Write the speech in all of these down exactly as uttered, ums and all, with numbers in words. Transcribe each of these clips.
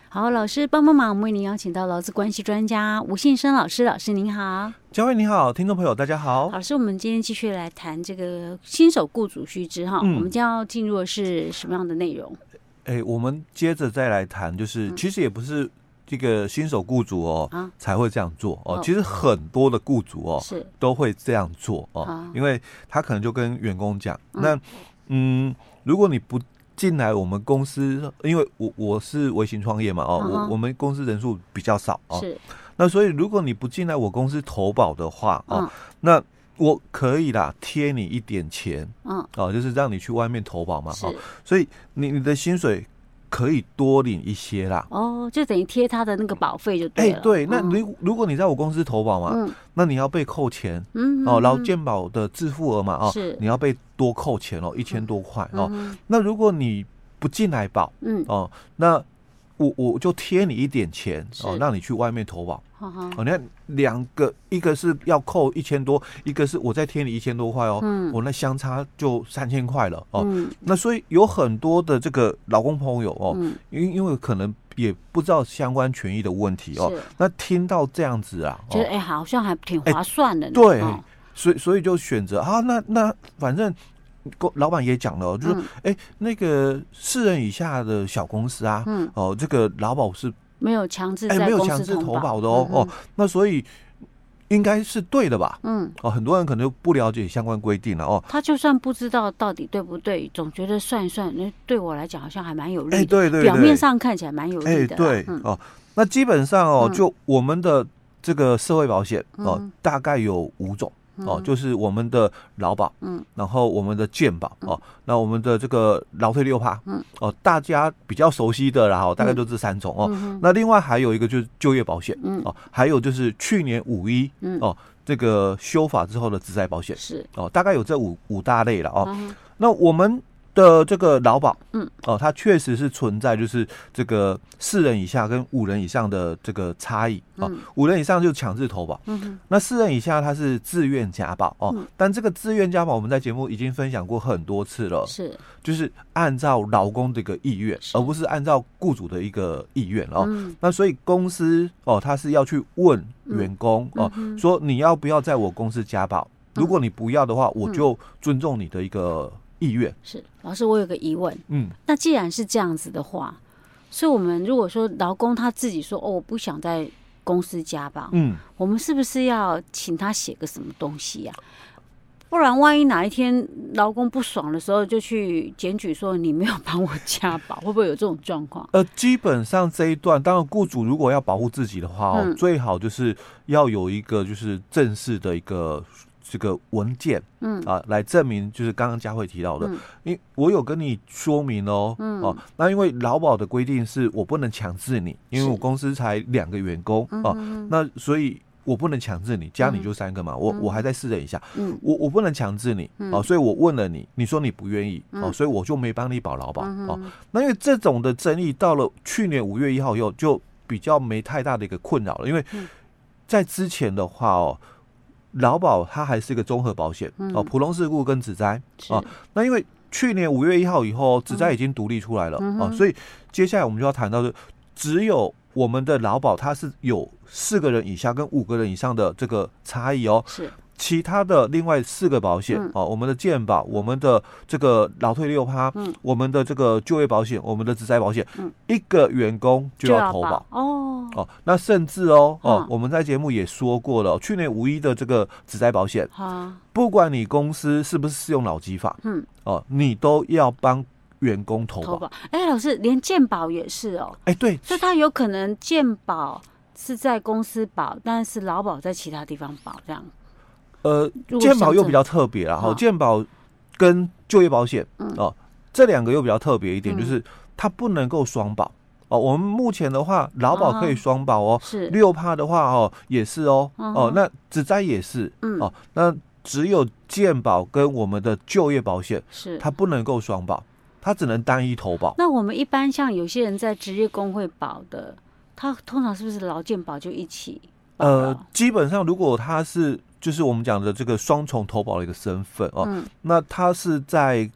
好，老师帮帮忙，我们为您邀请到劳资关系专家吴信生老师，老师您好。 嘉惠你好，听众朋友大家好。 老师，我们今天继续来谈这个新手雇主须知哈、嗯，我们将要进入的是什么样的内容？ 哎，我们接着再来谈，就是、嗯、其实也不是这个新手雇主哦、啊、才会这样做哦，其实很多的雇主哦是都会这样做哦、啊，因为他可能就跟员工讲，嗯那嗯，如果你不进来我们公司，因为我我是微型创业嘛哦， uh-huh. 我我们公司人数比较少哦，是。那所以如果你不进来我公司投保的话哦、嗯，那我可以啦贴你一点钱，嗯，哦，就是让你去外面投保嘛，哦，所以你你的薪水可以多领一些啦。 哦，就等于贴他的那个保费就对了。哎、 欸，对，那如、嗯、如果你在我公司投保嘛，嗯，那你要被扣钱，嗯，哦，劳健保的自付额嘛，哦，是，你要被多扣钱哦，一千多块哦、嗯。那如果你不进来保，嗯，哦，那我我就贴你一点钱哦，让你去外面投保。哦，你看两个，一个是要扣一千多，一个是我再贴你一千多块哦，嗯，我那相差就三千块了哦、嗯。那所以有很多的这个劳工朋友哦，嗯、因因为可能也不知道相关权益的问题哦，那听到这样子啊， 觉得哎、欸、好像还挺划算的、欸， 对，哦、所以所以就选择啊，那那反正。老板也讲了，就是哎、嗯欸，那个四人以下的小公司啊，嗯，哦，这个劳保是没有强制，哎， 没有强制投保的哦，嗯嗯哦，那所以应该是对的吧？嗯，哦，很多人可能不了解相关规定了哦。 他就算不知道到底对不对，总觉得算一算，那对我来讲好像还蛮有利的， 哎，对对对， 表面上看起来蛮有利的， 哎，对、嗯、哦，那基本上哦，就我们的这个社会保险哦、嗯，大概有五种。哦，就是我们的劳保，嗯，然后我们的健保，哦、嗯，那我们的这个劳退六趴，嗯，哦，大家比较熟悉的啦，哦，大概就这三种哦、嗯。那另外还有一个就是就业保险，嗯，哦，还有就是去年五一，嗯，哦，这个修法之后的职灾保险是，哦，大概有这五五大类了哦、嗯。那我们的这个劳保，嗯，哦，它确实是存在就是这个四人以下跟五人以上的这个差异啊、嗯哦，五人以上就强制投保，嗯，那四人以下它是自愿加保哦、嗯，但这个自愿加保我们在节目已经分享过很多次了，是，就是按照劳工的一个意愿，而不是按照雇主的一个意愿哦、嗯，那所以公司哦，它是要去问员工、嗯、哦、嗯，说你要不要在我公司加保，如果你不要的话，我就尊重你的一个意愿。 是，老师，我有个疑问，嗯，那既然是这样子的话，所以我们如果说劳工他自己说哦，我不想在公司加保，嗯，我们是不是要请他写个什么东西呀、啊？不然万一哪一天劳工不爽的时候，就去检举说你没有帮我加保，会不会有这种状况？ 呃，基本上这一段，当然雇主如果要保护自己的话哦、嗯，最好就是要有一个就是正式的一个。这个文件，嗯啊，来证明就是刚刚佳慧提到的，嗯，因为我有跟你说明哦，嗯哦，那因为劳保的规定是我不能强制你，因为我公司才两个员工哦、嗯啊，那所以我不能强制你，加你就三个嘛，嗯、我我还在四人以下，嗯，我我不能强制你，嗯、哦，所以我问了你，你说你不愿意，嗯、哦，所以我就没帮你保劳保，嗯、哦，那因为这种的争议到了去年五月一号以后，就比较没太大的一个困扰了，因为在之前的话哦。劳保它还是一个综合保险、嗯、哦，普通事故跟职灾哦。那因为去年五月一号以后，职灾已经独立出来了、嗯、哦，所以接下来我们就要谈到的，只有我们的劳保它是有四个人以下跟五个人以上的这个差异哦。是。其他的另外四个保险、嗯、哦，我们的健保，我们的这个劳退六趴、嗯，我们的这个就业保险，我们的职灾保险、嗯，一个员工就要投保哦哦，那甚至哦哦、嗯，我们在节目也说过了，去年五一的这个职灾保险，啊，不管你公司是不是适用劳基法，嗯，哦，你都要帮员工投保。 哎、欸，老师，连健保也是哦， 哎、欸，对， 所以他有可能健保是在公司保，但是劳保在其他地方保，这样。 呃，健保又比较特别啦，哈、哦，健保跟就业保险、嗯、哦，这两个又比较特别一点、嗯，就是它不能够双保哦。我们目前的话，劳保可以双保哦，是六趴的话哦，也是哦，嗯、哦，那职灾也是、嗯，哦，那只有健保跟我们的就业保险是它不能够双保，它只能单一投保。 那我们一般像有些人在职业工会保的，他通常是不是劳健保就一起？ 呃，基本上如果他是就是我们讲的这个双重投保的一个身份哦、嗯，那他是在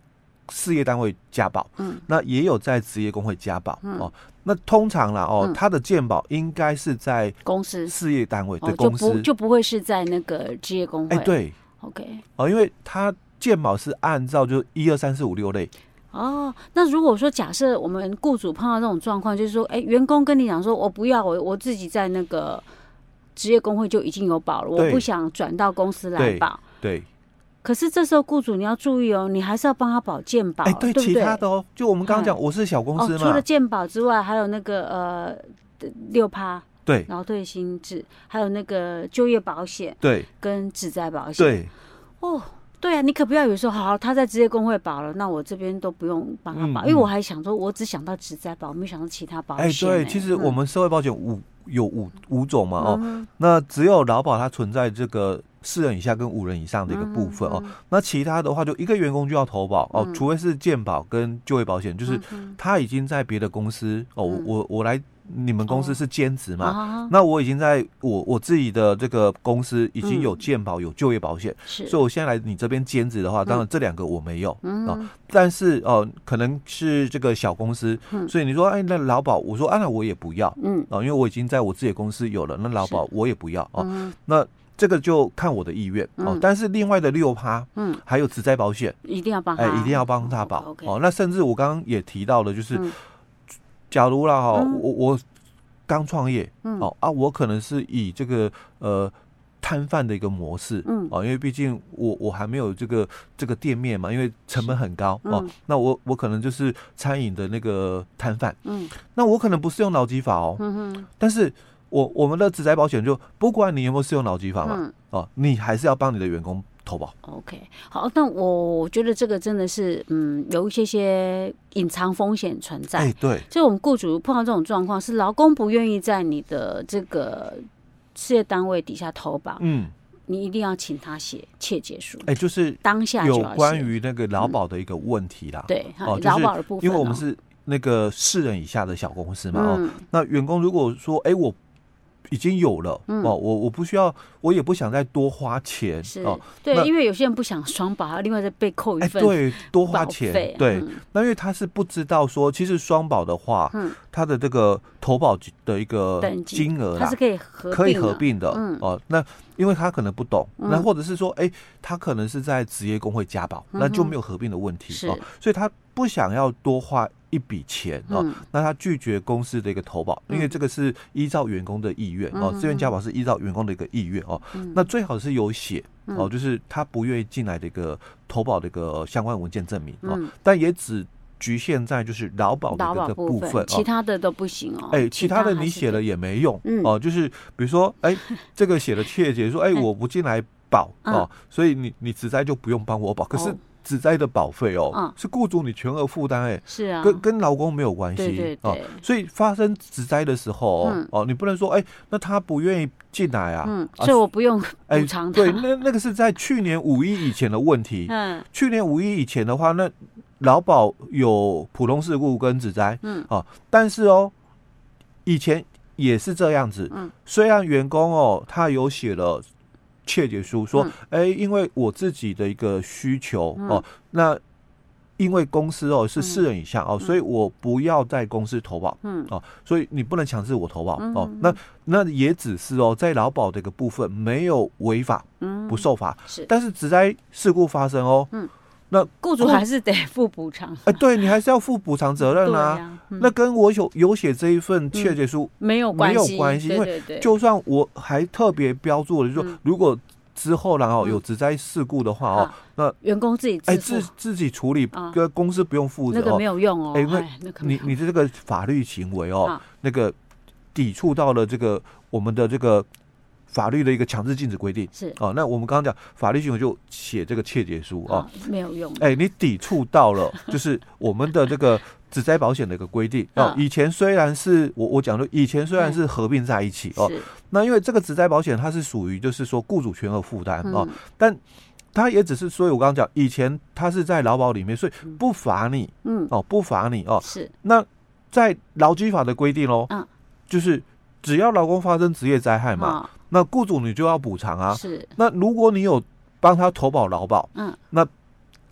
事业单位加保，嗯，那也有在职业工会加保，嗯、哦。那通常啦，哦，嗯、他的健保应该是在公司事业单位，对、 哦、 公司就不就不会是在那个职业工会。 哎、欸，对 ，OK， 哦，因为他健保是按照就一二三四五六类。 哦，那如果说假设我们雇主碰到这种状况，就是说，哎、欸，员工跟你讲说，我不要，我我自己在那个职业工会就已经有保了，我不想转到公司来保。 对。对可是这时候雇主你要注意哦，你还是要帮他保健保，哎、欸， 对， 对不对？ 其他的哦，就我们刚刚讲，我是小公司嘛、 哦，除了健保之外，还有那个呃六趴， 对， 劳退薪制，还有那个就业保险， 对， 跟职灾保险， 对， 哦。对啊，你可不要有时候好，他在职业工会保了，那我这边都不用帮他保，嗯、因为我还想说，我只想到职灾保，没想到其他保险、欸。 哎，对，其实我们社会保险五、嗯、有五五种嘛，哦，嗯、那只有劳保它存在这个四人以下跟五人以上的一个部分、嗯、哦，那其他的话就一个员工就要投保哦，嗯、除非是健保跟就业保险，就是他已经在别的公司哦，我我我来。你们公司是兼职嘛、哦？那我已经在我我自己的这个公司已经有健保、嗯、有就业保险，所以我现在来你这边兼职的话，当然这两个我没有、嗯哦、但是哦、呃，可能是这个小公司，嗯、所以你说哎，那劳保，我说啊，那我也不要，嗯啊、哦，因为我已经在我自己的公司有了，那劳保我也不要哦、嗯。那这个就看我的意愿、嗯、哦。但是另外的六趴，嗯，还有职灾保险， 一定要帮他， 哎，一定要帮他保、 哦 okay、 哦。那甚至我刚刚也提到了，就是。嗯假如啦哈、嗯，我我刚创业，嗯，哦啊，我可能是以这个呃摊贩的一个模式，嗯，哦，因为毕竟我我还没有这个这个店面嘛，因为成本很高、嗯、哦，那我我可能就是餐饮的那个摊贩，嗯，那我可能不适用劳基法哦，嗯哼，但是我我们的职灾保险就不管你有没有适用劳基法嘛，嗯、哦，你还是要帮你的员工。投保 OK， 好，那我我觉得这个真的是，嗯，有一些些隐藏风险存在。哎、 欸，对， 就我们雇主碰到这种状况，是劳工不愿意在你的这个事业单位底下投保，嗯，你一定要请他写切结书。 哎、欸，就是当下就有关于那个劳保的一个问题啦。 嗯、对，哦，劳保的部分、哦， 因为我们是那个四人以下的小公司嘛，嗯、哦，那员工如果说，哎、欸，我。已经有了、嗯、哦，我我不需要，我也不想再多花钱是哦。 对，因为有些人不想双保，另外再被扣一份、 欸，对，多花钱。对、 嗯， 那因为他是不知道说，其实双保的话，嗯，他的这个投保的一个金额它是可以合可以合并的，嗯哦。那因为他可能不懂，嗯、那或者是说，哎、欸，他可能是在职业工会加保、嗯，那就没有合并的问题哦，所以他不想要多花一笔钱哦、嗯，那他拒绝公司的一个投保，因为这个是依照员工的意愿、嗯、哦，自愿加保是依照员工的一个意愿哦、嗯，那最好是有写、嗯、哦，就是他不愿意进来的一个投保的一个相关文件证明、嗯、哦，但也只局限在就是劳保的一个部分，部分其他的都不行哦。 哎、欸，其他的你写了也没用、嗯、哦，就是比如说，哎、欸，这个写了切结说，哎、欸，我不进来保、嗯、哦，所以你你职灾就不用帮我保，可是。哦职灾的保费哦、嗯，是雇主你全额负担哎， 是啊， 跟跟劳工没有关系， 对对对、哦， 所以发生职灾的时候哦、嗯、哦，你不能说哎、欸，那他不愿意进来啊， 嗯，所以我不用补偿他、 欸。对，那那个是在去年五一以前的问题，嗯，去年五一以前的话，那劳保有普通事故跟职灾，嗯，哦，但是哦，以前也是这样子，嗯，虽然员工哦他有写了。切结书说，哎、嗯欸，因为我自己的一个需求、嗯、哦，那因为公司哦是四人以下、嗯、哦，所以我不要在公司投保，嗯哦，所以你不能强制我投保、嗯、哦。那那也只是哦，在劳保的一个部分没有违法，嗯，不受罚，是，但是职灾事故发生哦，嗯。那雇主还是得付补偿，哎、 欸，对你还是要负补偿责任啊。啊嗯、那跟我有有写这一份切结书、 嗯、没有关系， 没有关系，因为就算我还特别标注了，就说、嗯、如果之后然后有职灾事故的话哦，嗯、那员工自己哎、欸、自自己处理，跟公司不用负责， 那个没有用哦。 哎、欸，因为你你这个法律行为哦，那个抵触到了这个我们的这个。法律的一个强制禁止规定是哦，那我们刚刚讲法律行为就写这个切结书哦， 没有用。 哎、欸，你抵触到了，就是我们的这个职灾保险的一个规定哦。以前虽然是我我讲的，以前虽然是合并在一起、嗯、哦，那因为这个职灾保险它是属于就是说雇主全额负担、嗯、哦，但它也只是，所以我刚刚讲，以前它是在劳保里面，所以不罚你，嗯，哦，不罚你哦， 是。 那在劳基法的规定哦，嗯，就是只要劳工发生职业灾害嘛。哦，那雇主你就要补偿啊， 是。 那如果你有帮他投保劳保，嗯，那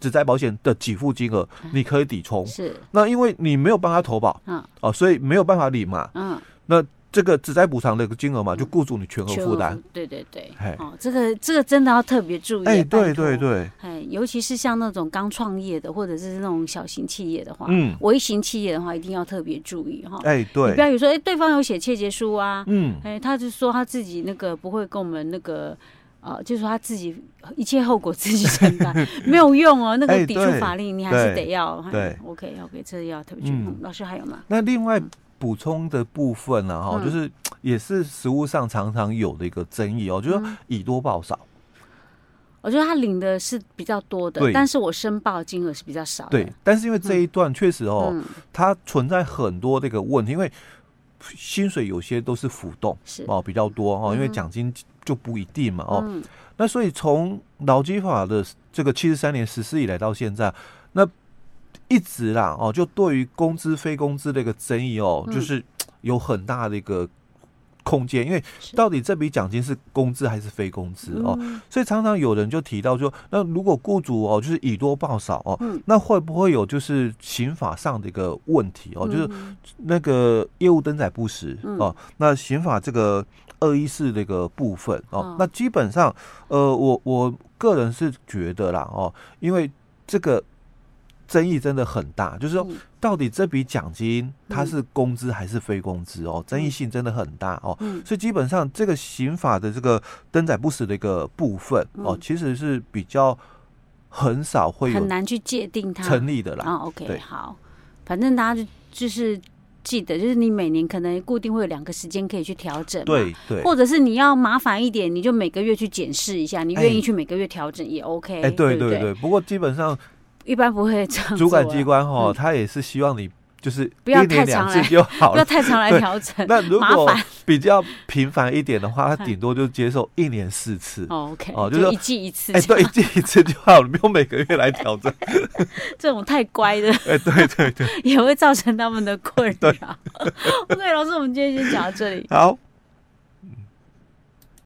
职灾保险的给付金额，你可以抵充。 是， 那因为你没有帮他投保，嗯，哦，所以没有办法领嘛，嗯，那这个职灾补偿的金额嘛，就雇主你全额负担。 对对对，哦，这个这个真的要特别注意。 哎，对对对， 哎，尤其是像那种刚创业的，或者是那种小型企业的话，嗯，微型企业的话，一定要特别注意哈。 哎，对， 你不要有说，哎，对方有写切结书啊，嗯，哎，他就说他自己那个不会跟我们那个。呃，就是说他自己一切后果自己承担，没有用哦。那个抵触法令，你还是得要。 对 ，OK OK， 这要特别注意。嗯，老师还有吗？ 那另外补充的部分呢，哈，就是也是实务上常常有的一个争议哦，就是以多报少。 我觉得他领的是比较多的，但是我申报金额是比较少的。 对，但是因为这一段确实哦，它存在很多这个问题，因为薪水有些都是浮动，是哦比较多哦，因为奖金就不一定嘛哦。嗯、那所以从劳基法的这个七十三年实施以来到现在，那一直啦哦，就对于工资非工资的一个争议哦，嗯、就是有很大的一个空间，因为到底这笔奖金是工资还是非工资哦？嗯、所以常常有人就提到说，那如果雇主哦就是以多报少哦，嗯、那会不会有就是刑法上的一个问题哦？嗯、就是那个业务登载不实、嗯、哦，那刑法这个二一四的一个部分哦，哦那基本上呃，我我个人是觉得啦哦，因为这个争议真的很大，就是说到底这笔奖金它是工资还是非工资哦，争议性真的很大哦，嗯、所以基本上这个刑法的这个登载不实的一个部分哦，其实是比较很少会有很难去界定它成立的啦。 哦 OK， 好，反正大家就就是记得，就是你每年可能固定会有两个时间可以去调整， 对对， 或者是你要麻烦一点，你就每个月去检视一下，你愿意去每个月调整也 OK。哎， 对对对, 对，不过基本上。 一般不会这样。 主管机关哈，他也是希望你就是不要太常来就好了， 不要太常来调整。 那如果比较频繁一点的话，他顶多就接受一年四次。 哦 ，OK， 哦，就是一季一次。 哎，对，一季一次就好了，不用每个月来调整。 这种太乖的， 哎，对对对， 也会造成他们的困扰。OK， 老师，我们今天先讲到这里。 好。